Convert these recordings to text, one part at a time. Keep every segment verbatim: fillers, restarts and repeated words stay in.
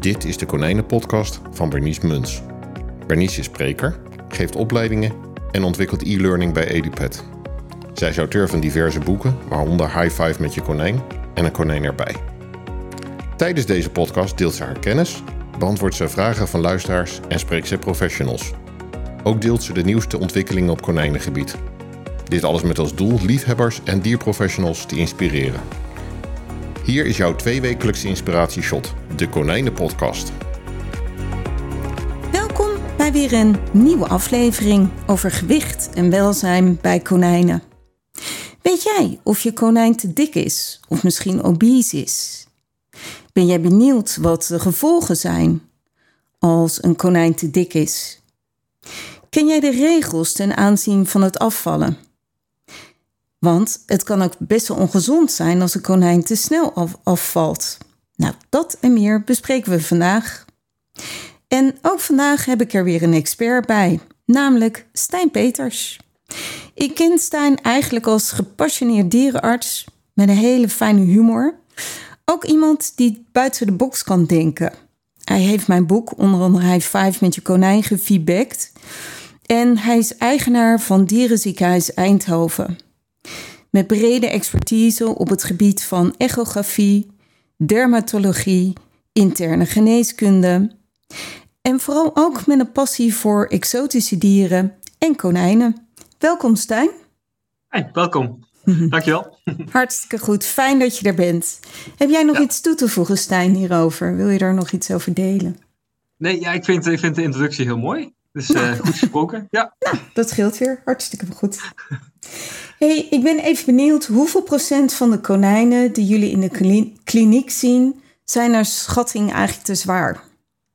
Dit is de Konijnenpodcast van Bernice Muns. Bernice is spreker, geeft opleidingen en ontwikkelt e-learning bij EduPet. Zij is auteur van diverse boeken, waaronder High Five met je konijn en een konijn erbij. Tijdens deze podcast deelt ze haar kennis, beantwoordt ze vragen van luisteraars en spreekt ze professionals. Ook deelt ze de nieuwste ontwikkelingen op konijnengebied. Dit alles met als doel liefhebbers en dierprofessionals te inspireren. Hier is jouw tweewekelijkse inspiratieshot, de Konijnenpodcast. Welkom bij weer een nieuwe aflevering over gewicht en welzijn bij konijnen. Weet jij of je konijn te dik is of misschien obese is? Ben jij benieuwd wat de gevolgen zijn als een konijn te dik is? Ken jij de regels ten aanzien van het afvallen? Want het kan ook best wel ongezond zijn als een konijn te snel af- afvalt. Nou, dat en meer bespreken we vandaag. En ook vandaag heb ik er weer een expert bij, namelijk Stijn Peters. Ik ken Stijn eigenlijk als gepassioneerd dierenarts met een hele fijne humor. Ook iemand die buiten de box kan denken. Hij heeft mijn boek, onder andere High Five met je konijn, gefeedbackt. En hij is eigenaar van Dierenziekenhuis Eindhoven. Met brede expertise op het gebied van echografie, dermatologie, interne geneeskunde. En vooral ook met een passie voor exotische dieren en konijnen. Welkom Stijn. Hey, welkom. Dankjewel. Hartstikke goed, fijn dat je er bent. Heb jij nog ja. iets toe te voegen, Stijn, hierover? Wil je daar nog iets over delen? Nee, ja, ik vind, ik vind de introductie heel mooi. Dus uh, nou. goed gesproken. Ja. Nou, dat scheelt weer. Hartstikke goed. Hey, ik ben even benieuwd, hoeveel procent van de konijnen die jullie in de kliniek zien, zijn naar schatting eigenlijk te zwaar?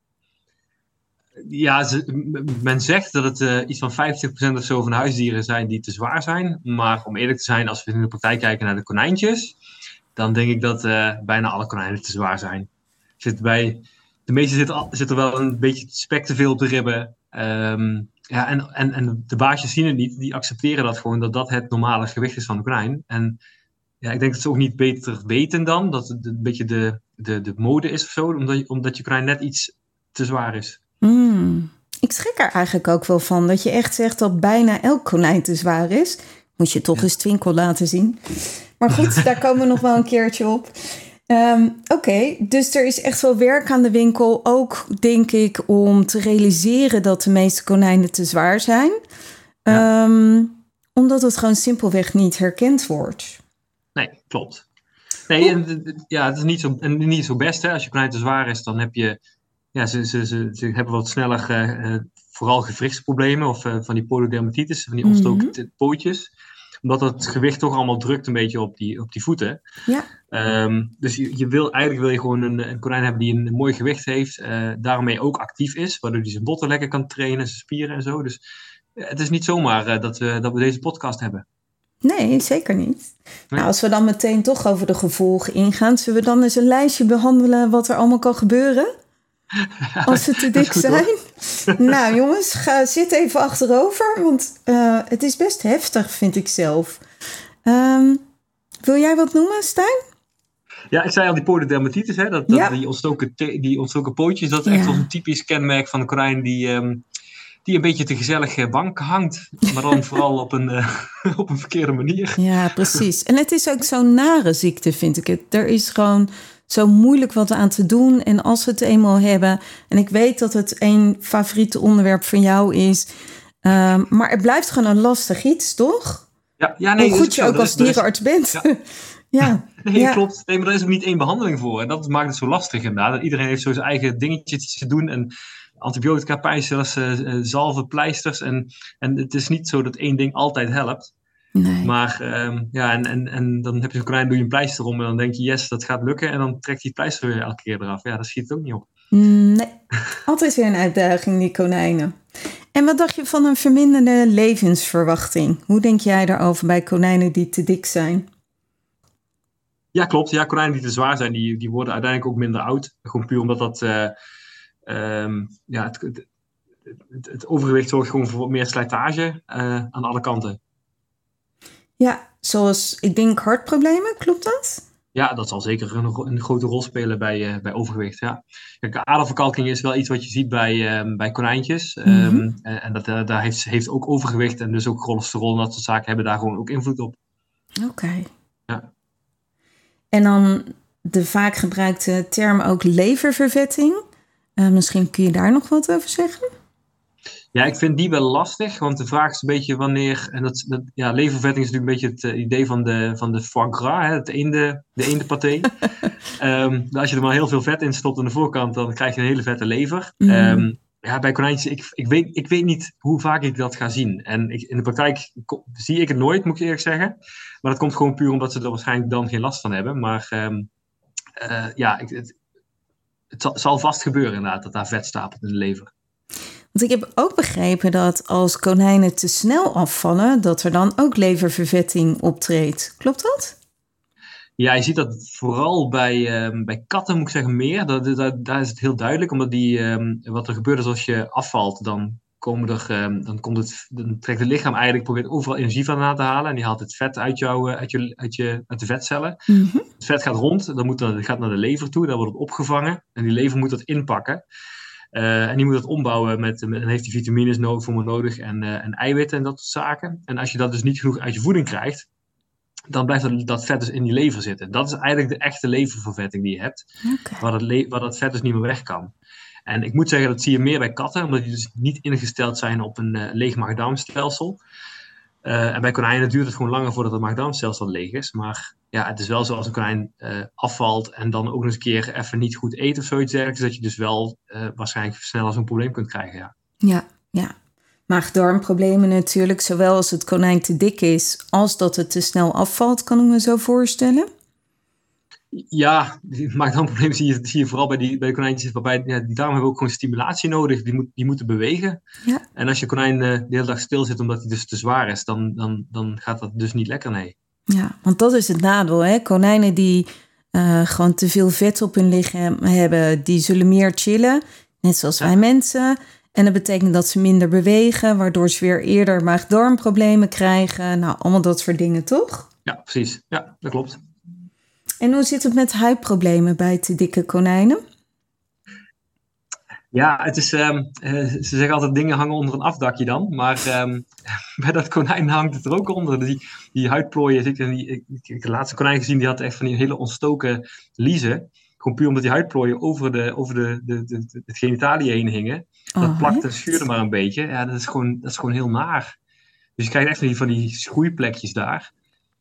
Ja, ze, men zegt dat het uh, iets van vijftig procent of zo van huisdieren zijn die te zwaar zijn. Maar om eerlijk te zijn, als we in de praktijk kijken naar de konijntjes, dan denk ik dat uh, bijna alle konijnen te zwaar zijn. Zit bij, de meeste zitten zit er wel een beetje spek te veel op de ribben. Um, ja, en, en, en de baasjes zien het niet, die accepteren dat gewoon, dat dat het normale gewicht is van een konijn. En ja, ik denk dat ze ook niet beter weten dan, dat het een beetje de, de, de mode is of zo, omdat je, omdat je konijn net iets te zwaar is. Mm, ik schrik er eigenlijk ook wel van, dat je echt zegt dat bijna elk konijn te zwaar is. Moet je toch ja. eens Twinkel laten zien. Maar goed, daar komen we nog wel een keertje op. Um, Oké, okay, dus er is echt wel werk aan de winkel. Ook, denk ik, om te realiseren dat de meeste konijnen te zwaar zijn. Ja. Um, omdat het gewoon simpelweg niet herkend wordt. Nee, klopt. Nee, en, ja, het is niet zo, en niet zo best. Hè. Als je konijn te zwaar is, dan heb je... Ja, ze, ze, ze, ze hebben wat sneller uh, uh, vooral gewrichtsproblemen. Of uh, van die pododermatitis, van die ontstoken mm-hmm. pootjes. Omdat het gewicht toch allemaal drukt een beetje op die, op die voeten. Ja. Um, dus je, je wil, eigenlijk wil je gewoon een, een konijn hebben die een, een mooi gewicht heeft. Uh, daarmee ook actief is. Waardoor hij zijn botten lekker kan trainen, zijn spieren en zo. Dus uh, het is niet zomaar uh, dat, we, dat we deze podcast hebben. Nee, zeker niet. Nee. Nou, als we dan meteen toch over de gevolgen ingaan. Zullen we dan eens een lijstje behandelen wat er allemaal kan gebeuren? Als ze te dik zijn. Nou jongens, ga, zit even achterover. Want uh, het is best heftig, vind ik zelf. Um, wil jij wat noemen, Stijn? Ja, ik zei al die pododermatitis, hè, dat, dat, ja. die, ontstoken te, die ontstoken pootjes. Dat is echt ja. wel een typisch kenmerk van een konijn die, um, die een beetje te gezellig bank hangt. Maar dan vooral op een, uh, op een verkeerde manier. Ja, precies. En het is ook zo'n nare ziekte, vind ik het. Er is gewoon... zo moeilijk wat aan te doen. En als we het eenmaal hebben... en ik weet dat het een favoriete onderwerp van jou is... Um, maar het blijft gewoon een lastig iets, toch? Ja, ja, nee, hoe goed je ook is, als dierenarts bent. Ja, ja. nee, ja. klopt. Nee, maar er is ook niet één behandeling voor. En dat maakt het zo lastig inderdaad. Iedereen heeft zo zijn eigen dingetjes te doen... en antibiotica, pijnstillers, uh, zalven, pleisters... En, en het is niet zo dat één ding altijd helpt. Nee. Maar um, ja, en, en, en dan heb je zo'n konijn, doe je een pleister om en dan denk je, yes, dat gaat lukken. En dan trekt die pleister weer elke keer eraf. Ja, dat schiet het ook niet op. Nee, altijd weer een uitdaging, die konijnen. En wat dacht je van een verminderde levensverwachting? Hoe denk jij daarover bij konijnen die te dik zijn? Ja, klopt. Ja, konijnen die te zwaar zijn, die, die worden uiteindelijk ook minder oud. Gewoon puur omdat dat, uh, um, ja, het, het, het, het overgewicht zorgt gewoon voor meer slijtage uh, aan alle kanten. Ja, zoals, ik denk hartproblemen, klopt dat? Ja, dat zal zeker een, ro- een grote rol spelen bij, uh, bij overgewicht. Ja. Kijk, aderverkalking is wel iets wat je ziet bij, uh, bij konijntjes. Mhm. Um, en en dat, uh, daar heeft, heeft ook overgewicht en dus ook cholesterol en dat soort zaken hebben daar gewoon ook invloed op. Oké. Okay. Ja. En dan de vaak gebruikte term ook leververvetting. Uh, misschien kun je daar nog wat over zeggen? Ja, ik vind die wel lastig, want de vraag is een beetje wanneer... En dat, dat, ja, leververvetting is natuurlijk een beetje het uh, idee van de, van de foie gras, hè, het eende, de eendenpaté. um, als je er maar heel veel vet in stopt aan de voorkant, dan krijg je een hele vette lever. Mm. Um, ja, bij konijntjes, ik, ik, weet, ik weet niet hoe vaak ik dat ga zien. En ik, in de praktijk zie ik het nooit, moet ik eerlijk zeggen. Maar dat komt gewoon puur omdat ze er waarschijnlijk dan geen last van hebben. Maar um, uh, ja, ik, het, het zal, zal vast gebeuren inderdaad, dat daar vet stapelt in de lever. Want ik heb ook begrepen dat als konijnen te snel afvallen, dat er dan ook leververvetting optreedt. Klopt dat? Ja, je ziet dat vooral bij, um, bij katten, moet ik zeggen, meer. Dat, dat, daar is het heel duidelijk, omdat die, um, wat er gebeurt is als je afvalt, dan, komen er, um, dan, komt het, dan trekt het lichaam eigenlijk, probeert overal energie vandaan te halen en die haalt het vet uit, jou, uit, je, uit, je, uit de vetcellen. Mm-hmm. Het vet gaat rond, dan moet dat, gaat naar de lever toe, daar wordt het opgevangen en die lever moet dat inpakken. Uh, en die moet dat ombouwen met, met dan heeft die vitamines nodig, voor me nodig en, uh, en eiwitten en dat soort zaken. En als je dat dus niet genoeg uit je voeding krijgt, dan blijft dat, dat vet dus in die lever zitten. Dat is eigenlijk de echte leververvetting die je hebt, okay. waar, dat le- waar dat vet dus niet meer weg kan. En ik moet zeggen, dat zie je meer bij katten, omdat die dus niet ingesteld zijn op een uh, leeg maag-darmstelsel. Uh, en bij konijnen duurt het gewoon langer voordat het maag-darmstelsel leeg is. Maar ja, het is wel zo als een konijn uh, afvalt en dan ook nog eens een keer even niet goed eet of zoiets dergelijks, dat je dus wel uh, waarschijnlijk sneller zo'n probleem kunt krijgen. Ja, ja. ja. Maag-darmproblemen natuurlijk, zowel als het konijn te dik is, als dat het te snel afvalt, kan ik me zo voorstellen. Ja, maag-darmproblemen zie je, zie je vooral bij, die, bij de konijntjes, waarbij ja, die darmen hebben ook gewoon stimulatie nodig, die, moet, die moeten bewegen. Ja. En als je konijn uh, de hele dag stil zit omdat hij dus te zwaar is, dan, dan, dan gaat dat dus niet lekker, nee. Ja, want dat is het nadeel, hè? Konijnen die uh, gewoon te veel vet op hun lichaam hebben, die zullen meer chillen, net zoals ja. wij mensen. En dat betekent dat ze minder bewegen, waardoor ze weer eerder maag-darmproblemen krijgen. Nou, allemaal dat soort dingen, toch? Ja, precies. Ja, dat klopt. En hoe zit het met huidproblemen bij te dikke konijnen? Ja, het is, um, uh, ze zeggen altijd dingen hangen onder een afdakje dan. Maar um, bij dat konijn hangt het er ook onder. Die, die huidplooien, ik heb de laatste konijn gezien, die had echt van die hele ontstoken liezen. Gewoon puur omdat die huidplooien over, de, over de, de, de, de, het genitalie heen hingen. Dat oh, plakte en schuurde maar een beetje. Ja, dat is gewoon, dat is gewoon heel naar. Dus je krijgt echt van die, van die schoeiplekjes daar.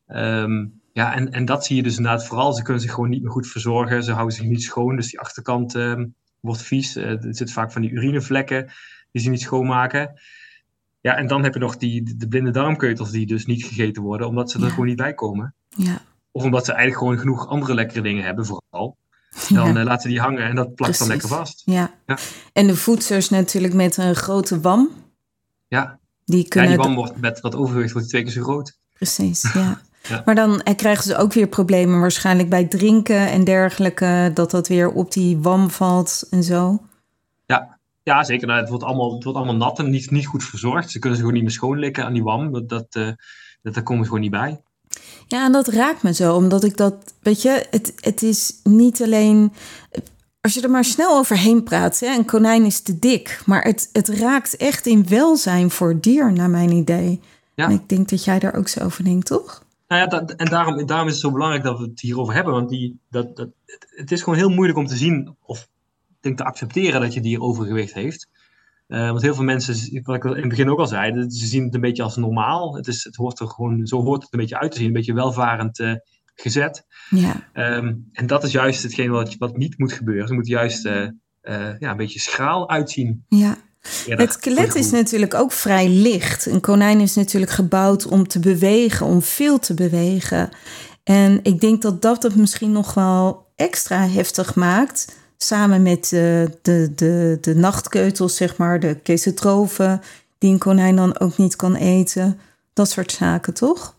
Um, ja, en, en dat zie je dus inderdaad vooral. Ze kunnen zich gewoon niet meer goed verzorgen. Ze houden zich niet schoon. Dus die achterkant um, wordt vies. Uh, er zitten vaak van die urinevlekken die ze niet schoonmaken. Ja, en dan heb je nog die, de blinde darmkeutels die dus niet gegeten worden. Omdat ze er ja. gewoon niet bij komen. Ja. Of omdat ze eigenlijk gewoon genoeg andere lekkere dingen hebben vooral. Dan ja. uh, laten ze die hangen en dat plakt Precies. dan lekker vast. Ja. ja. En de voedsels natuurlijk met een grote wam. Ja, die, kunnen ja, die wam wordt met wat overgewicht wordt twee keer zo groot. Precies, ja. ja. Maar dan eh, krijgen ze ook weer problemen waarschijnlijk bij drinken en dergelijke. Dat dat weer op die wam valt en zo. Ja, ja zeker. Nou, het, wordt allemaal, het wordt allemaal nat en niet, niet goed verzorgd. Ze kunnen ze gewoon niet meer schoonlikken aan die wam. Dat, dat, uh, dat, daar komen ze gewoon niet bij. Ja, en dat raakt me zo, omdat ik dat, weet je, het, het is niet alleen, als je er maar snel overheen praat, hè, een konijn is te dik, maar het, het raakt echt in welzijn voor het dier, naar mijn idee. Ja. En ik denk dat jij daar ook zo over denkt, toch? Nou ja, dat, en daarom, daarom is het zo belangrijk dat we het hierover hebben, want die, dat, dat, het, het is gewoon heel moeilijk om te zien, of ik denk te accepteren dat je dier overgewicht heeft. Uh, want heel veel mensen, wat ik in het begin ook al zei, ze zien het een beetje als normaal. Het is, het hoort er gewoon, zo hoort het een beetje uit te zien, een beetje welvarend uh, gezet. Ja. Um, en dat is juist hetgeen wat, wat niet moet gebeuren. Ze moeten juist uh, uh, ja, een beetje schraal uitzien. Ja. Het skelet is natuurlijk ook vrij licht. Een konijn is natuurlijk gebouwd om te bewegen, om veel te bewegen. En ik denk dat dat het misschien nog wel extra heftig maakt, samen met de, de, de, de nachtkeutels, zeg maar, de kesotrofen, die een konijn dan ook niet kan eten. Dat soort zaken, toch?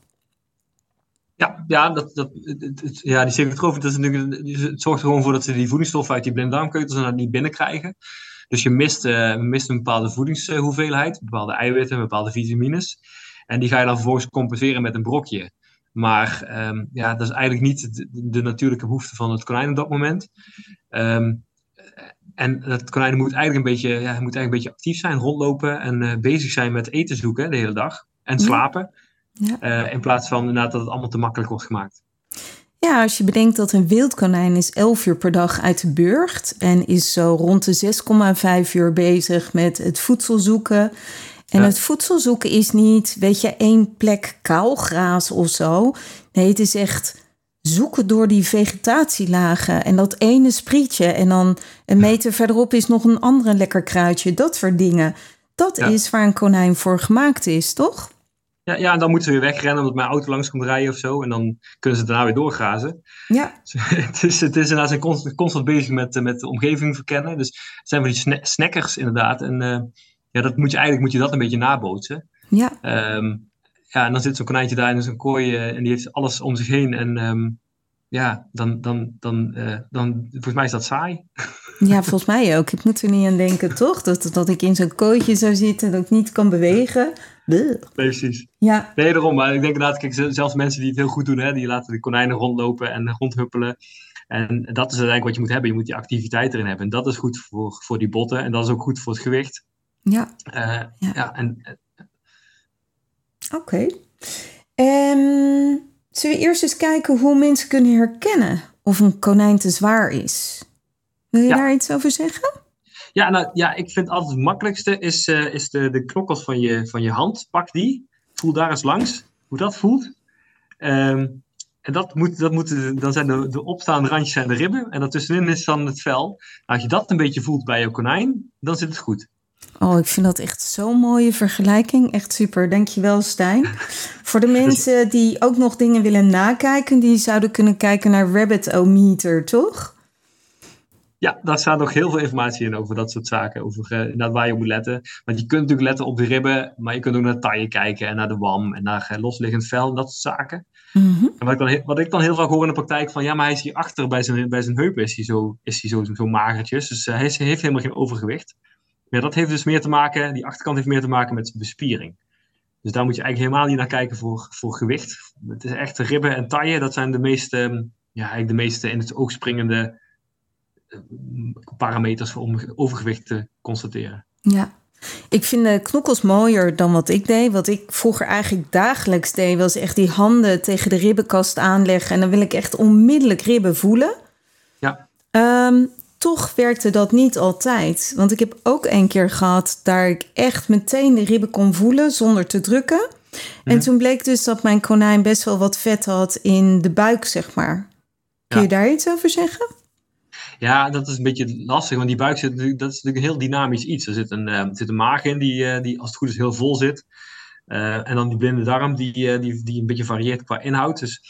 Ja, ja, dat, dat, het, het, ja die kesotrofen, dat is natuurlijk, het zorgt er gewoon voor dat ze die voedingsstoffen uit die blinde darmkeutels niet binnenkrijgen. Dus je mist, uh, mist een bepaalde voedingshoeveelheid, bepaalde eiwitten, bepaalde vitamines. En die ga je dan vervolgens compenseren met een brokje. Maar um, ja, dat is eigenlijk niet de, de natuurlijke behoefte van het konijn op dat moment. Um, en het konijn moet eigenlijk een beetje, ja, moet eigenlijk een beetje actief zijn, rondlopen en uh, bezig zijn met eten zoeken de hele dag. En slapen. Ja. Ja. Uh, in plaats van inderdaad dat het allemaal te makkelijk wordt gemaakt. Ja, als je bedenkt dat een wildkonijn is elf uur per dag uit de burcht en is zo rond de zes komma vijf uur bezig met het voedsel zoeken. En ja. het voedsel zoeken is niet, weet je, één plek kaalgraas of zo. Nee, het is echt zoeken door die vegetatielagen en dat ene sprietje. En dan een meter verderop is nog een andere lekker kruidje. Dat soort dingen. Dat ja. is waar een konijn voor gemaakt is, toch? Ja, ja, en dan moeten ze weer wegrennen omdat mijn auto langs komt rijden of zo. En dan kunnen ze daarna weer doorgrazen. Ja. het, is, het is inderdaad constant, constant bezig met, met de omgeving verkennen. Dus het zijn van die sna- snackers inderdaad. En uh, ja, dat moet je, eigenlijk moet je dat een beetje nabootsen. Ja. Um, ja, en dan zit zo'n konijntje daar in zo'n kooi uh, en die heeft alles om zich heen. En um, ja, dan, dan, dan, uh, dan, volgens mij is dat saai. Ja, volgens mij ook. Ik moet er niet aan denken, toch? Dat, dat ik in zo'n kooitje zou zitten, dat ik niet kan bewegen. Bleh. Nee, precies. Ja. Nee, daarom. Maar ik denk inderdaad, kijk, zelfs mensen die het heel goed doen, hè, die laten de konijnen rondlopen en rondhuppelen. En dat is uiteindelijk wat je moet hebben. Je moet die activiteit erin hebben. En dat is goed voor, voor die botten. En dat is ook goed voor het gewicht. Ja. Uh, ja. ja en, uh, Oké. Okay. Um, zullen we eerst eens kijken hoe mensen kunnen herkennen of een konijn te zwaar is? Wil je ja. daar iets over zeggen? Ja, nou, ja, ik vind altijd het makkelijkste is, uh, is de, de knokkels van je, van je hand. Pak die, voel daar eens langs hoe dat voelt. Um, en dat moet, dat moet, dan zijn de, de opstaande randjes zijn de ribben en daartussenin is dan het vel. Nou, als je dat een beetje voelt bij je konijn, dan zit het goed. Oh, ik vind dat echt zo'n mooie vergelijking. Echt super. Dankjewel, Stijn. Voor de mensen die ook nog dingen willen nakijken, die zouden kunnen kijken naar Rabbit-O-Meter, toch? Ja, daar staat nog heel veel informatie in over dat soort zaken. Over uh, naar waar je moet letten. Want je kunt natuurlijk letten op de ribben, maar je kunt ook naar de taille kijken en naar de wam en naar uh, losliggend vel en dat soort zaken. Mm-hmm. En wat ik, dan, wat ik dan heel vaak hoor in de praktijk van, ja, maar hij is hier achter bij zijn, bij zijn heupen is hij zo, is hij zo, zo magertjes. Dus uh, hij is, heeft helemaal geen overgewicht. Maar dat heeft dus meer te maken, die achterkant heeft meer te maken met bespiering. Dus daar moet je eigenlijk helemaal niet naar kijken voor, voor gewicht. Het is echt ribben en taille, dat zijn de meeste, ja, eigenlijk de meeste in het oog springende parameters voor om overgewicht te constateren. Ja, ik vind de knokkels mooier dan wat ik deed. Wat ik vroeger eigenlijk dagelijks deed, was echt die handen tegen de ribbenkast aanleggen. En dan wil ik echt onmiddellijk ribben voelen. Ja. Um, toch werkte dat niet altijd. Want ik heb ook een keer gehad daar ik echt meteen de ribben kon voelen zonder te drukken. En mm. toen bleek dus dat mijn konijn best wel wat vet had in de buik, zeg maar. Kun ja. je daar iets over zeggen? Ja, dat is een beetje lastig, want die buik zit, dat is natuurlijk een heel dynamisch iets. Er zit een, uh, er zit een maag in die, uh, die als het goed is heel vol zit. Uh, en dan die blinde darm die, uh, die, die een beetje varieert qua inhoud. Dus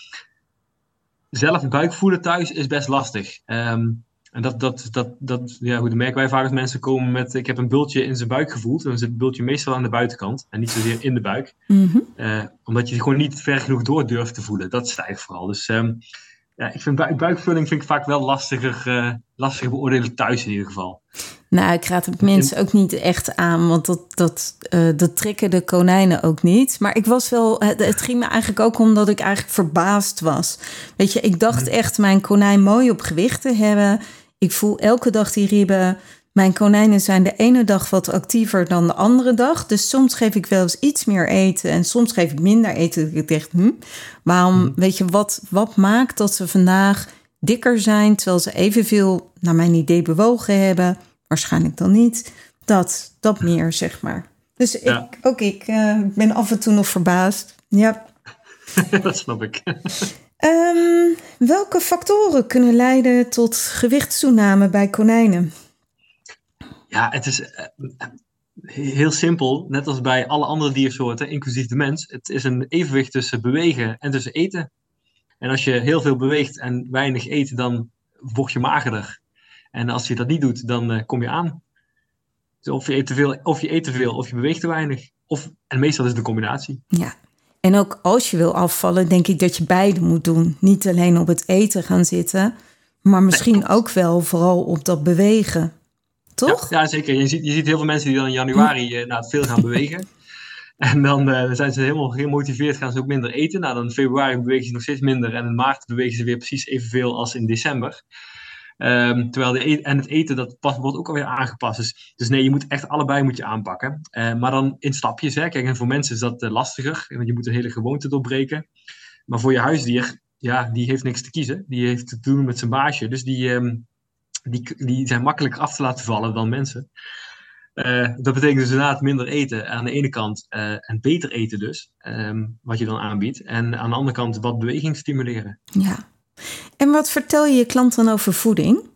zelf buik voelen thuis is best lastig. Um, en dat, dat, dat, dat ja, hoe merken wij vaak als mensen komen met, ik heb een bultje in zijn buik gevoeld. En dan zit het bultje meestal aan de buitenkant en niet zozeer in de buik. Mm-hmm. Uh, omdat je gewoon niet ver genoeg door durft te voelen. Dat is het eigenlijk vooral. Dus um, ja, ik vind buik, buikvulling vind ik vaak wel lastiger, uh, lastiger beoordelen thuis in ieder geval. Nou, ik raad het mensen ook niet echt aan, want dat, dat, uh, dat trekken de konijnen ook niet. Maar ik was wel, het, het ging me eigenlijk ook omdat ik eigenlijk verbaasd was. Weet je, ik dacht echt mijn konijn mooi op gewicht te hebben. Ik voel elke dag die ribben. Mijn konijnen zijn de ene dag wat actiever dan de andere dag. Dus soms geef ik wel eens iets meer eten en soms geef ik minder eten. Ik dacht, hm, waarom, hm. weet je, wat, wat maakt dat ze vandaag dikker zijn, terwijl ze evenveel, naar mijn idee, bewogen hebben? Waarschijnlijk dan niet. Dat, dat meer, zeg maar. Dus ja. ik, ook ik uh, ben af en toe nog verbaasd. Ja. Dat snap ik. Um, welke factoren kunnen leiden tot gewichtstoename bij konijnen? Ja, het is uh, heel simpel. Net als bij alle andere diersoorten, inclusief de mens. Het is een evenwicht tussen bewegen en tussen eten. En als je heel veel beweegt en weinig eet, dan word je magerder. En als je dat niet doet, dan uh, kom je aan. Dus of je eet te veel, of je eet te veel, of je beweegt te weinig. Of, en meestal is het een combinatie. Ja, en ook als je wil afvallen, denk ik dat je beide moet doen. Niet alleen op het eten gaan zitten, maar misschien nee, ook wel vooral op dat bewegen. Toch? Ja, ja zeker. Je ziet, je ziet heel veel mensen die dan in januari uh, na het veel gaan bewegen. En dan uh, zijn ze helemaal gemotiveerd, gaan ze ook minder eten. Nou, dan in februari bewegen ze nog steeds minder. En in maart bewegen ze weer precies evenveel als in december. Um, terwijl de e- en het eten, dat pas, wordt ook alweer aangepast. Dus, dus nee, je moet echt allebei moet je aanpakken. Uh, maar dan in stapjes. Hè. Kijk, en voor mensen is dat uh, lastiger. Want je moet een hele gewoonte doorbreken. Maar voor je huisdier, ja, die heeft niks te kiezen. Die heeft te doen met zijn baasje. Dus die, um, die, die zijn makkelijker af te laten vallen dan mensen. Uh, dat betekent dus inderdaad minder eten aan de ene kant. Uh, en beter eten dus. Um, wat je dan aanbiedt. En aan de andere kant wat beweging stimuleren. Ja. En wat vertel je je klant dan over voeding?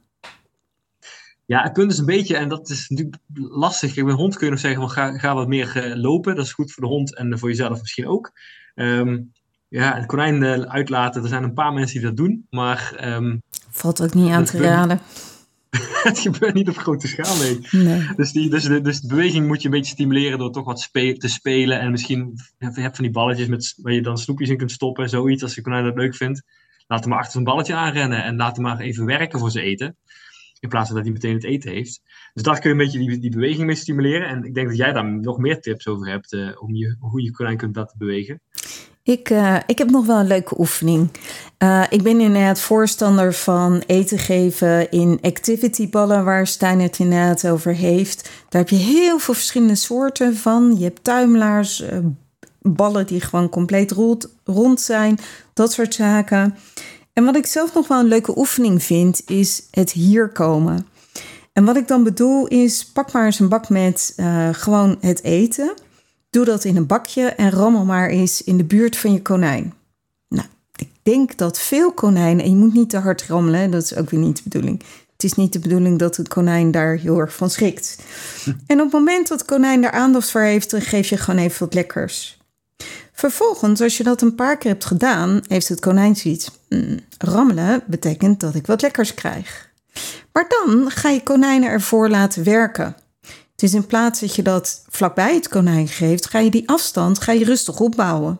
Ja, het punt is een beetje, en dat is natuurlijk lastig. Kijk, bij een hond kun je nog zeggen, van, ga, ga wat meer uh, lopen. Dat is goed voor de hond en voor jezelf misschien ook. Um, ja, het konijn uh, uitlaten, er zijn een paar mensen die dat doen. Maar um, valt ook niet aan te raden. Het gebeurt niet op grote schaal, nee. nee. Dus, die, dus, de, dus de beweging moet je een beetje stimuleren door toch wat spe- te spelen. En misschien, je hebt van die balletjes met, waar je dan snoepjes in kunt stoppen. Zoiets, als je konijn dat leuk vindt. Laat hem maar achter een balletje aanrennen. En laat hem maar even werken voor zijn eten. In plaats van dat hij meteen het eten heeft. Dus daar kun je een beetje die, die beweging mee stimuleren. En ik denk dat jij daar nog meer tips over hebt. Uh, om je, hoe je konijn kunt laten bewegen. Ik, uh, ik heb nog wel een leuke oefening. Uh, ik ben inderdaad voorstander van eten geven in activityballen, waar Stijn het inderdaad over heeft. Daar heb je heel veel verschillende soorten van. Je hebt tuimelaars, uh, ballen die gewoon compleet rond, rond zijn, dat soort zaken. En wat ik zelf nog wel een leuke oefening vind, is het hier komen. En wat ik dan bedoel is, pak maar eens een bak met uh, gewoon het eten. Doe dat in een bakje en rammel maar eens in de buurt van je konijn. Nou, ik denk dat veel konijnen, en je moet niet te hard rammelen, dat is ook weer niet de bedoeling. Het is niet de bedoeling dat het konijn daar heel erg van schrikt. En op het moment dat het konijn daar aandacht voor heeft, dan geef je gewoon even wat lekkers. Vervolgens, als je dat een paar keer hebt gedaan, heeft het konijn zoiets. Mm, rammelen betekent dat ik wat lekkers krijg. Maar dan ga je konijnen ervoor laten werken. Dus in plaats dat je dat vlakbij het konijn geeft, ga je die afstand ga je rustig opbouwen.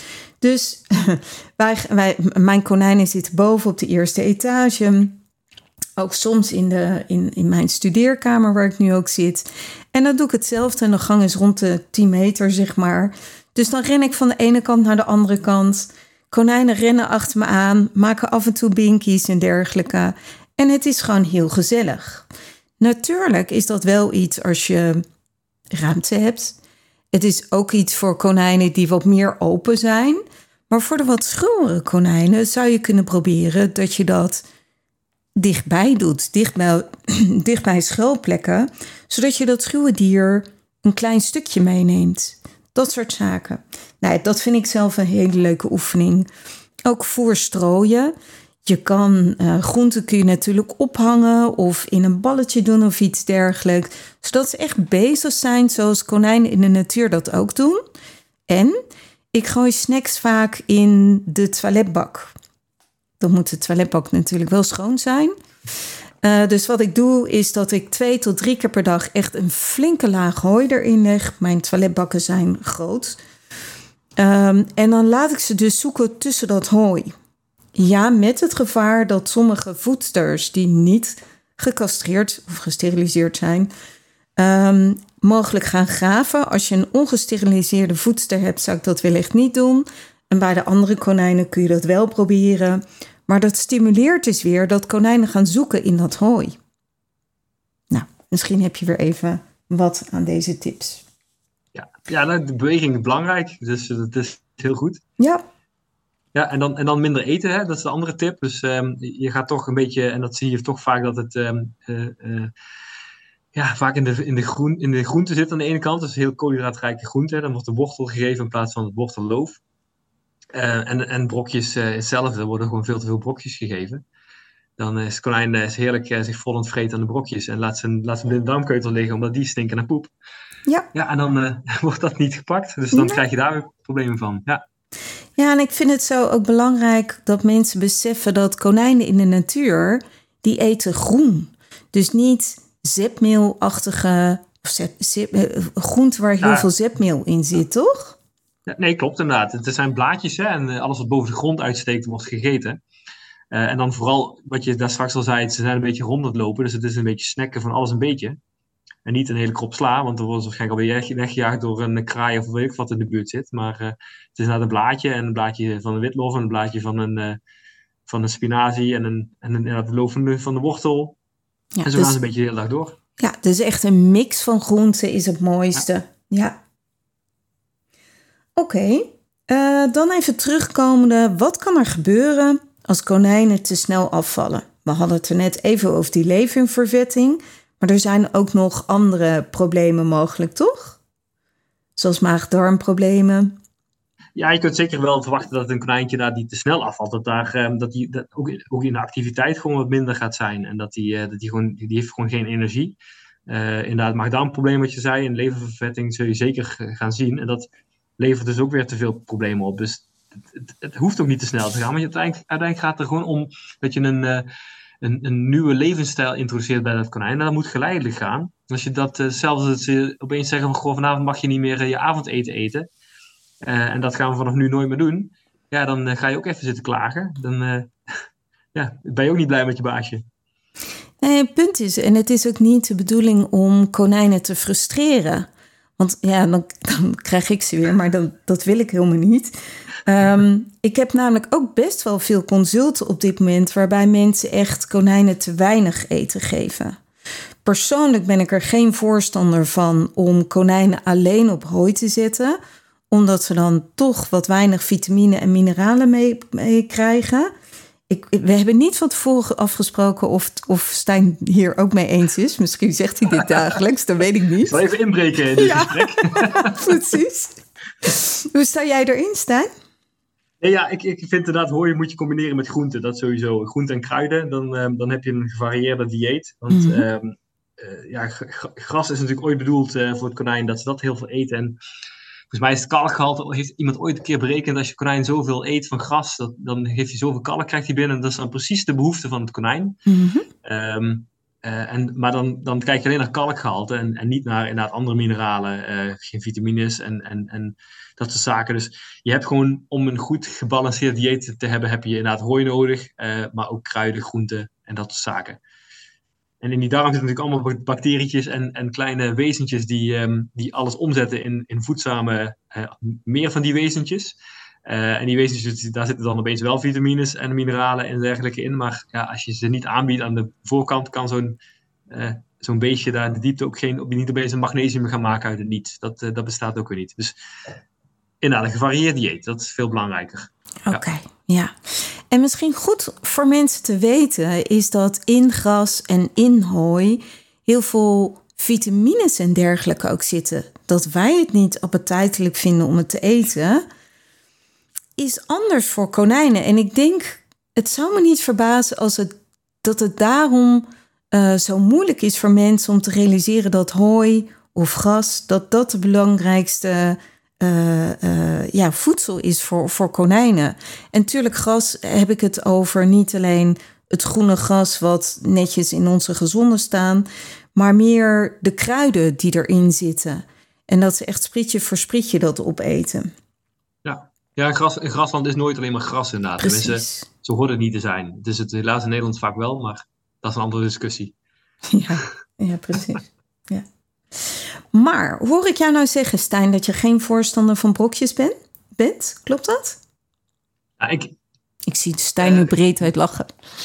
Dus wij, wij, mijn konijnen zitten boven op de eerste etage. Ook soms in, de, in, in mijn studeerkamer waar ik nu ook zit. En dan doe ik hetzelfde en de gang is rond de tien meter, zeg maar. Dus dan ren ik van de ene kant naar de andere kant. Konijnen rennen achter me aan, maken af en toe binkies en dergelijke. En het is gewoon heel gezellig. Natuurlijk is dat wel iets als je ruimte hebt. Het is ook iets voor konijnen die wat meer open zijn. Maar voor de wat schuwere konijnen zou je kunnen proberen dat je dat dichtbij doet. Dichtbij, dichtbij schuilplekken. Zodat je dat schuwe dier een klein stukje meeneemt. Dat soort zaken. Nou, dat vind ik zelf een hele leuke oefening. Ook voor strooien. Je kan uh, groenten kun je natuurlijk ophangen of in een balletje doen of iets dergelijks. Zodat ze echt bezig zijn zoals konijnen in de natuur dat ook doen. En ik gooi snacks vaak in de toiletbak. Dan moet de toiletbak natuurlijk wel schoon zijn. Uh, dus wat ik doe is dat ik twee tot drie keer per dag echt een flinke laag hooi erin leg. Mijn toiletbakken zijn groot. Um, en dan laat ik ze dus zoeken tussen dat hooi. Ja, met het gevaar dat sommige voedsters die niet gecastreerd of gesteriliseerd zijn, um, mogelijk gaan graven. Als je een ongesteriliseerde voedster hebt, zou ik dat wellicht niet doen. En bij de andere konijnen kun je dat wel proberen. Maar dat stimuleert dus weer dat konijnen gaan zoeken in dat hooi. Nou, misschien heb je weer even wat aan deze tips. Ja, ja nou, de beweging is belangrijk, dus dat is heel goed. Ja. Ja, en dan, en dan minder eten, hè? Dat is de andere tip. Dus um, je gaat toch een beetje, en dat zie je toch vaak dat het um, uh, uh, ja, vaak in de, in, de groen, in de groente zit aan de ene kant. Dus heel koolhydraatrijke groente. Dan wordt de wortel gegeven in plaats van het wortelloof. Uh, en, en brokjes uh, hetzelfde, er worden gewoon veel te veel brokjes gegeven. Dan is het konijn uh, is heerlijk uh, zich vol aan het vreten aan de brokjes. En laat zijn, laat zijn blinde darmkeutel liggen, omdat die stinken naar poep. Ja. Ja, en dan uh, wordt dat niet gepakt. Dus dan ja. krijg je daar weer problemen van. Ja. Ja, en ik vind het zo ook belangrijk dat mensen beseffen dat konijnen in de natuur, die eten groen. Dus niet zetmeelachtige zep, zep, groenten waar heel ja. veel zetmeel in zit, toch? Ja, nee, klopt inderdaad. Het zijn blaadjes, hè, en alles wat boven de grond uitsteekt wordt gegeten. Uh, en dan vooral, wat je daar straks al zei, ze zijn een beetje rond het lopen. Dus het is een beetje snacken van alles een beetje. En niet een hele krop sla, want dan wordt ze waarschijnlijk alweer weggejaagd door een kraai of weet ik wat in de buurt zit. Maar uh, het is naar een blaadje en een blaadje van een witlof en een blaadje van een, uh, van een spinazie en een, en een, ja, de loof van de, van de wortel. Ja, en zo dus, gaan ze een beetje de hele dag door. Ja, dus echt een mix van groenten is het mooiste. Ja. ja. Oké, okay. uh, dan even terugkomende. Wat kan er gebeuren als konijnen te snel afvallen? We hadden het er net even over die leververvetting. Maar er zijn ook nog andere problemen mogelijk, toch? Zoals maag-darmproblemen. Ja, je kunt zeker wel verwachten dat een konijntje daar die te snel afvalt. Dat, daar, dat die dat ook, ook in de activiteit gewoon wat minder gaat zijn. En dat die, dat die, gewoon, die heeft gewoon geen energie. Uh, inderdaad, maag-darmprobleem wat je zei. En leververvetting zul je zeker gaan zien. En dat levert dus ook weer te veel problemen op. Dus het, het, het hoeft ook niet te snel te gaan. Maar uiteindelijk, uiteindelijk gaat het er gewoon om dat je een... Uh, Een, een nieuwe levensstijl introduceert bij dat konijn. En dat moet geleidelijk gaan. Als je dat, uh, zelfs als ze opeens zeggen van, goh, vanavond mag je niet meer uh, je avondeten eten. Uh, en dat gaan we vanaf nu nooit meer doen. Ja, dan uh, ga je ook even zitten klagen. Dan uh, ja, ben je ook niet blij met je baasje. Nee, het punt is, en het is ook niet de bedoeling om konijnen te frustreren. Want ja, dan, dan krijg ik ze weer, maar dan, dat wil ik helemaal niet. Um, ik heb namelijk ook best wel veel consulten op dit moment waarbij mensen echt konijnen te weinig eten geven. Persoonlijk ben ik er geen voorstander van om konijnen alleen op hooi te zetten, omdat ze dan toch wat weinig vitamine en mineralen mee, mee krijgen. Ik, we hebben niet van tevoren afgesproken of, of Stijn hier ook mee eens is. Misschien zegt hij dit dagelijks, dat weet ik niet. Ik zal even inbreken in dit ja. gesprek. Precies. Hoe sta jij erin, Stijn? Nee, ja, ik, ik vind inderdaad hooi moet je combineren met groenten. Dat sowieso. Groenten en kruiden, dan, um, dan heb je een gevarieerde dieet. Want mm-hmm. um, uh, ja, g- gras is natuurlijk ooit bedoeld uh, voor het konijn dat ze dat heel veel eten. En volgens mij is het kalkgehalte, heeft iemand ooit een keer berekend, als je konijn zoveel eet van gras, dat, dan heeft hij zoveel kalk, krijgt hij binnen. En dat is dan precies de behoefte van het konijn. Mm-hmm. Um, uh, en, maar dan, dan kijk je alleen naar kalkgehalte en, en niet naar inderdaad andere mineralen, uh, geen vitamines en, en, en dat soort zaken. Dus je hebt gewoon, om een goed gebalanceerd dieet te hebben, heb je inderdaad hooi nodig, uh, maar ook kruiden, groenten en dat soort zaken. En in die darm zitten natuurlijk allemaal bacterietjes en, en kleine wezentjes die, um, die alles omzetten in, in voedzame, uh, meer van die wezentjes. Uh, en die wezentjes, daar zitten dan opeens wel vitamines en mineralen en dergelijke in. Maar ja, als je ze niet aanbiedt aan de voorkant, kan zo'n, uh, zo'n beestje daar in de diepte ook geen, niet opeens een magnesium gaan maken uit het niets. Dat, uh, dat bestaat ook weer niet. Dus inderdaad, een gevarieerd dieet, dat is veel belangrijker. Oké, okay, ja. ja. En misschien goed voor mensen te weten is dat in gras en in hooi heel veel vitamines en dergelijke ook zitten. Dat wij het niet appetijtelijk vinden om het te eten, is anders voor konijnen. En ik denk, het zou me niet verbazen als het, dat het daarom uh, zo moeilijk is voor mensen om te realiseren dat hooi of gras, dat dat de belangrijkste Uh, uh, ja, voedsel is voor, voor konijnen. En natuurlijk, gras heb ik het over niet alleen het groene gras wat netjes in onze gezonde staan, maar meer de kruiden die erin zitten. En dat ze echt sprietje voor sprietje dat opeten. Ja, ja gras, in grasland is nooit alleen maar gras inderdaad. Precies. Tenminste, zo hoort het niet te zijn. Het is het helaas in Nederland vaak wel, maar dat is een andere discussie. Ja, ja precies. Ja. Maar hoor ik jou nou zeggen, Stijn, dat je geen voorstander van brokjes ben, bent? Klopt dat? Ja, ik, ik zie Stijn nu uh, breed uit lachen.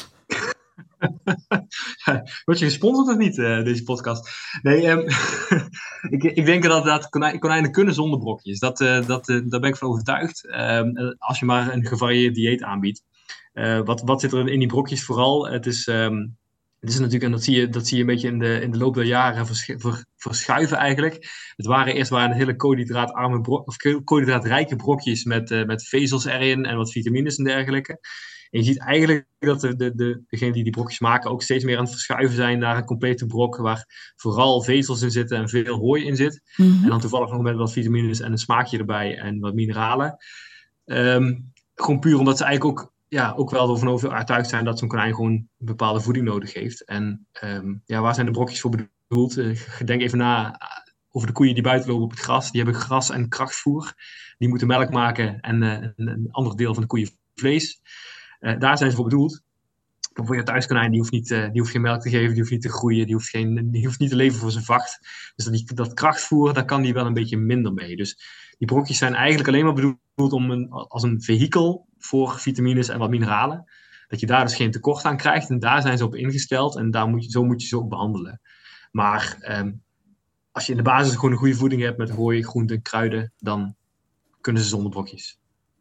Word je gesponsord of niet, uh, deze podcast? Nee, um, ik, ik denk dat, dat konijn, konijnen kunnen zonder brokjes. Dat, uh, dat, uh, daar ben ik van overtuigd. Um, als je maar een gevarieerd dieet aanbiedt. Uh, wat, wat zit er in die brokjes vooral? Het is... Um, Het is natuurlijk, en dat zie je, dat zie je een beetje in de, in de loop der jaren vers, ver, verschuiven eigenlijk. Het waren eerst waren het hele koolhydraatarme bro, of koolhydraatrijke brokjes met, uh, met vezels erin en wat vitamines en dergelijke. En je ziet eigenlijk dat de, de, de, degenen die die brokjes maken ook steeds meer aan het verschuiven zijn naar een complete brok waar vooral vezels in zitten en veel hooi in zit. Mm-hmm. En dan toevallig nog met wat vitamines en een smaakje erbij en wat mineralen. Um, gewoon puur omdat ze eigenlijk ook Ja, ook wel ervan overtuigd zijn dat zo'n konijn gewoon een bepaalde voeding nodig heeft. En um, ja, waar zijn de brokjes voor bedoeld? Uh, denk even na over de koeien die buiten lopen op het gras. Die hebben gras en krachtvoer. Die moeten melk maken en uh, een, een ander deel van de koeien vlees. Uh, daar zijn ze voor bedoeld. Bijvoorbeeld je thuiskonijn, die hoeft, niet, uh, die hoeft geen melk te geven, die hoeft niet te groeien, die hoeft, geen, die hoeft niet te leven voor zijn vacht. Dus dat, die, dat krachtvoer, daar kan die wel een beetje minder mee. Dus die brokjes zijn eigenlijk alleen maar bedoeld om een, als een vehikel voor vitamines en wat mineralen. Dat je daar dus geen tekort aan krijgt. En daar zijn ze op ingesteld en daar moet je, zo moet je ze ook behandelen. Maar um, als je in de basis gewoon een goede voeding hebt met hooi, groenten, kruiden, dan kunnen ze zonder brokjes.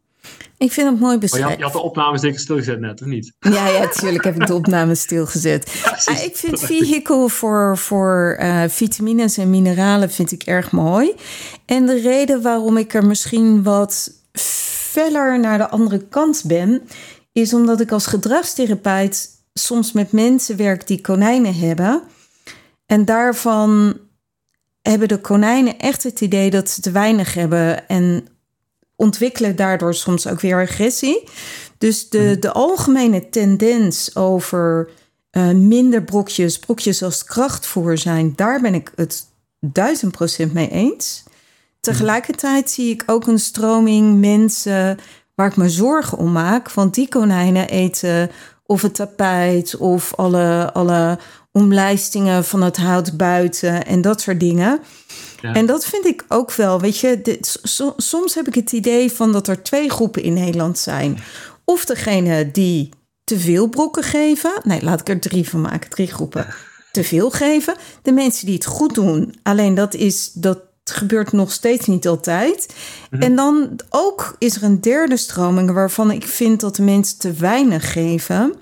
Ik vind het mooi beschreven. Oh, je, had, je had de opname zeker stilgezet net, of niet? Ja, ja, natuurlijk heb ik de opname stilgezet. Ja, ah, ik vind vehicle voor, voor uh, vitamines en mineralen vind ik erg mooi. En de reden waarom ik er misschien wat feller naar de andere kant ben, is omdat ik als gedragstherapeut soms met mensen werk die konijnen hebben. En daarvan hebben de konijnen echt het idee dat ze te weinig hebben en ontwikkelen daardoor soms ook weer agressie. Dus de, de algemene tendens over uh, minder brokjes, brokjes als krachtvoer zijn, daar ben ik het duizend procent mee eens. Tegelijkertijd zie ik ook een stroming mensen waar ik me zorgen om maak. Want die konijnen eten of het tapijt of alle, alle omlijstingen van het hout buiten en dat soort dingen. Ja. En dat vind ik ook wel, weet je, dit, so, soms heb ik het idee van dat er twee groepen in Nederland zijn. Of degene die te veel brokken geven. Nee, laat ik er drie van maken, drie groepen. Te veel geven. De mensen die het goed doen. Alleen dat is, dat gebeurt nog steeds niet altijd. Mm-hmm. En dan ook is er een derde stroming waarvan ik vind dat de mensen te weinig geven.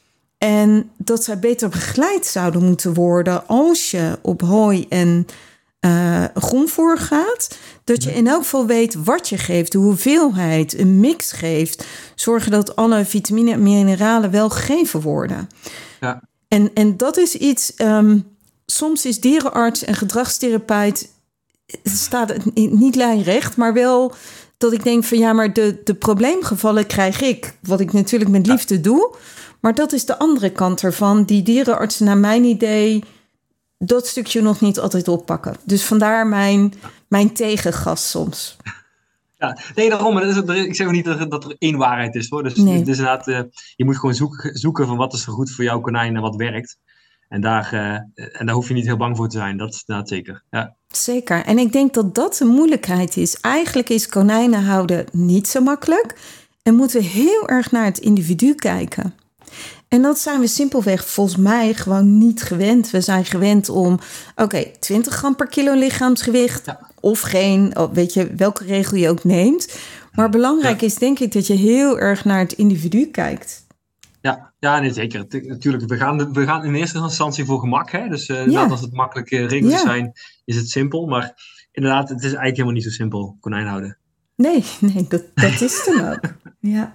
En dat zij beter begeleid zouden moeten worden als je op hooi en Uh, groenvoer gaat, dat je in elk geval weet wat je geeft, de hoeveelheid, een mix geeft, zorgen dat alle vitamine en mineralen wel gegeven worden. Ja. En, en dat is iets, um, soms is dierenarts en gedragstherapeut, het staat niet lijnrecht, maar wel dat ik denk van ja, maar de, de probleemgevallen krijg ik, wat ik natuurlijk met liefde ja. doe, maar dat is de andere kant ervan, die dierenartsen naar mijn idee dat stukje nog niet altijd oppakken. Dus vandaar mijn, mijn tegengas soms. Ja, nee, daarom. Ik zeg ook niet dat er, dat er één waarheid is, hoor. Dus nee. Het is inderdaad, uh, je moet gewoon zoeken, zoeken van wat is er goed voor jouw konijn en wat werkt. En daar, uh, en daar hoef je niet heel bang voor te zijn. Dat is inderdaad zeker. Ja. Zeker. En ik denk dat dat de moeilijkheid is. Eigenlijk is konijnen houden niet zo makkelijk. En moeten we heel erg naar het individu kijken. En dat zijn we simpelweg volgens mij gewoon niet gewend. We zijn gewend om, oké, okay, twintig gram per kilo lichaamsgewicht. Ja. Of geen, weet je, welke regel je ook neemt. Maar belangrijk ja. is denk ik dat je heel erg naar het individu kijkt. Ja, ja nee, zeker. Natuurlijk, we gaan, we gaan in eerste instantie voor gemak. Hè? Dus uh, ja. als het makkelijke regels ja. zijn, is het simpel. Maar inderdaad, het is eigenlijk helemaal niet zo simpel, konijn houden. Nee, nee dat, dat is het dan ook. Ja.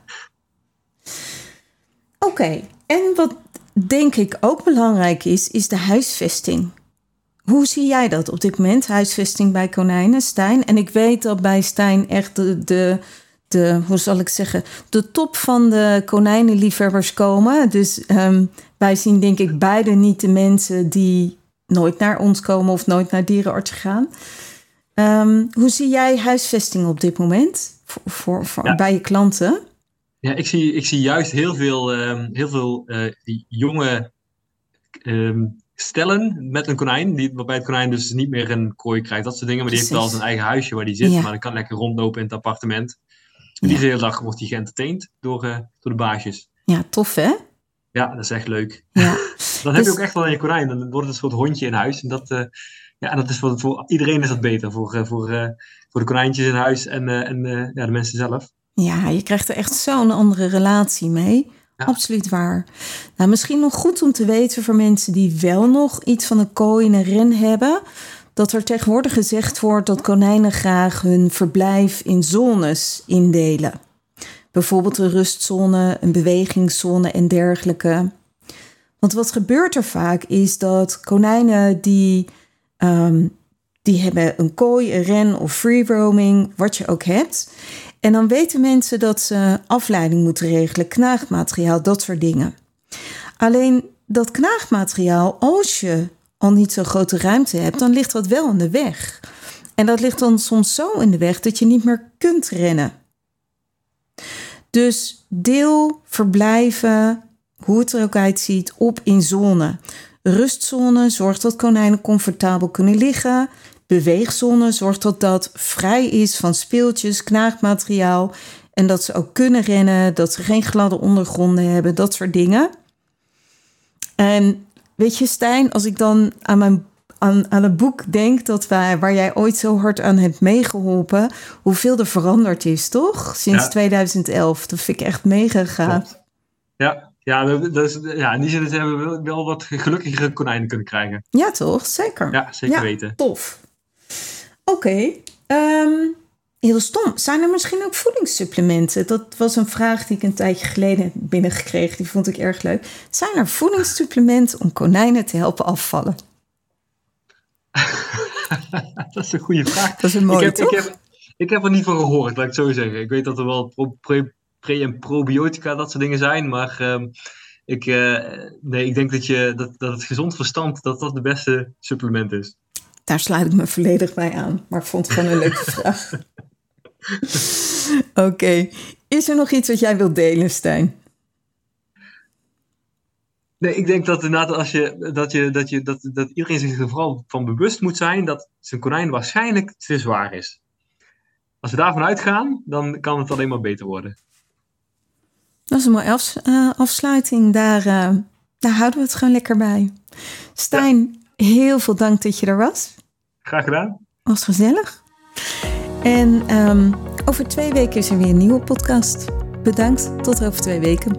Oké, okay. En wat denk ik ook belangrijk is, is de huisvesting. Hoe zie jij dat op dit moment, huisvesting bij konijnen, Stijn? En ik weet dat bij Stijn echt de, de, de hoe zal ik zeggen, de top van de konijnenliefhebbers komen. Dus um, wij zien denk ik beide niet de mensen die nooit naar ons komen of nooit naar dierenarts gaan. Um, hoe zie jij huisvesting op dit moment voor, voor, voor, ja. bij je klanten? Ja, ik zie, ik zie juist heel veel, um, heel veel uh, jonge um, stellen met een konijn. Die, waarbij het konijn dus niet meer een kooi krijgt, dat soort dingen. Maar die Precies. heeft wel zijn eigen huisje waar die zit. Ja. Maar dan kan lekker rondlopen in het appartement. En die ja. de hele dag wordt die geëntertained door, uh, door de baasjes. Ja, tof hè? Ja, dat is echt leuk. Ja. dan dus... heb je ook echt wel een konijn. Dan wordt het een soort hondje in huis. En dat, uh, ja, dat is voor, voor iedereen is dat beter. Voor, uh, voor, uh, voor de konijntjes in huis en, uh, en uh, ja, de mensen zelf. Ja, je krijgt er echt zo'n andere relatie mee. Ja. Absoluut waar. Nou, misschien nog goed om te weten voor mensen die wel nog iets van een kooi en een ren hebben, dat er tegenwoordig gezegd wordt dat konijnen graag hun verblijf in zones indelen. Bijvoorbeeld een rustzone, een bewegingszone en dergelijke. Want wat gebeurt er vaak is dat konijnen die, um, die hebben een kooi, een ren of free roaming, wat je ook hebt. En dan weten mensen dat ze afleiding moeten regelen, knaagmateriaal, dat soort dingen. Alleen dat knaagmateriaal, als je al niet zo'n grote ruimte hebt, dan ligt dat wel in de weg. En dat ligt dan soms zo in de weg dat je niet meer kunt rennen. Dus deel, verblijven, hoe het er ook uitziet, op in zone. Rustzone zorgt dat konijnen comfortabel kunnen liggen. Beweegzone zorgt dat dat vrij is van speeltjes, knaagmateriaal. En dat ze ook kunnen rennen, dat ze geen gladde ondergronden hebben, dat soort dingen. En weet je, Stijn, als ik dan aan, mijn, aan, aan het boek denk dat wij, waar jij ooit zo hard aan hebt meegeholpen, hoeveel er veranderd is, toch? Sinds ja. twintig elf. Dat vind ik echt mega gaaf. Ja, ja, dus, ja, in die zin hebben we wel wat gelukkigere konijnen kunnen krijgen. Ja, toch? Zeker. Ja, zeker ja, weten. Tof. Oké. Okay, um, heel stom. Zijn er misschien ook voedingssupplementen? Dat was een vraag die ik een tijdje geleden binnengekregen. Die vond ik erg leuk. Zijn er voedingssupplementen om konijnen te helpen afvallen? Dat is een goede vraag. Dat is een mooie, ik heb, ik, heb, ik heb er niet van gehoord, laat ik het zo zeggen. Ik weet dat er wel pro, pre, pre- en probiotica, dat soort dingen zijn. Maar um, ik, uh, nee, ik denk dat, je, dat, dat het gezond verstand dat dat de beste supplement is. Daar sluit ik me volledig bij aan. Maar ik vond het gewoon een leuke vraag. Oké. Okay. Is er nog iets wat jij wilt delen, Stijn? Nee, ik denk dat inderdaad als je, dat, je, dat, je, dat, dat iedereen zich er vooral van bewust moet zijn dat zijn konijn waarschijnlijk te zwaar is. Als we daarvan uitgaan, dan kan het alleen maar beter worden. Dat is een mooie afs- uh, afsluiting. Daar, uh, daar houden we het gewoon lekker bij. Stijn, ja. Heel veel dank dat je er was. Graag gedaan. Was gezellig. En um, over twee weken is er weer een nieuwe podcast. Bedankt, tot over twee weken.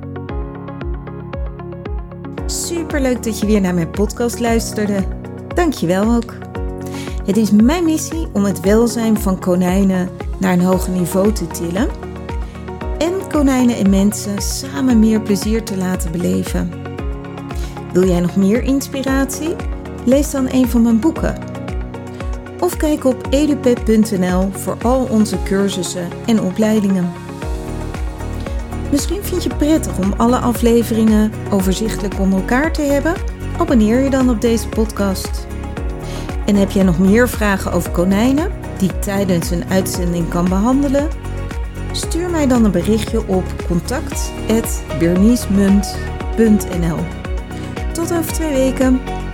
Superleuk dat je weer naar mijn podcast luisterde. Dank je wel ook. Het is mijn missie om het welzijn van konijnen naar een hoger niveau te tillen. En konijnen en mensen samen meer plezier te laten beleven. Wil jij nog meer inspiratie? Lees dan een van mijn boeken. Of kijk op edupet punt n l voor al onze cursussen en opleidingen. Misschien vind je het prettig om alle afleveringen overzichtelijk onder elkaar te hebben? Abonneer je dan op deze podcast. En heb jij nog meer vragen over konijnen die ik tijdens een uitzending kan behandelen? Stuur mij dan een berichtje op contact apenstaartje bernice munt punt n l. Tot over twee weken.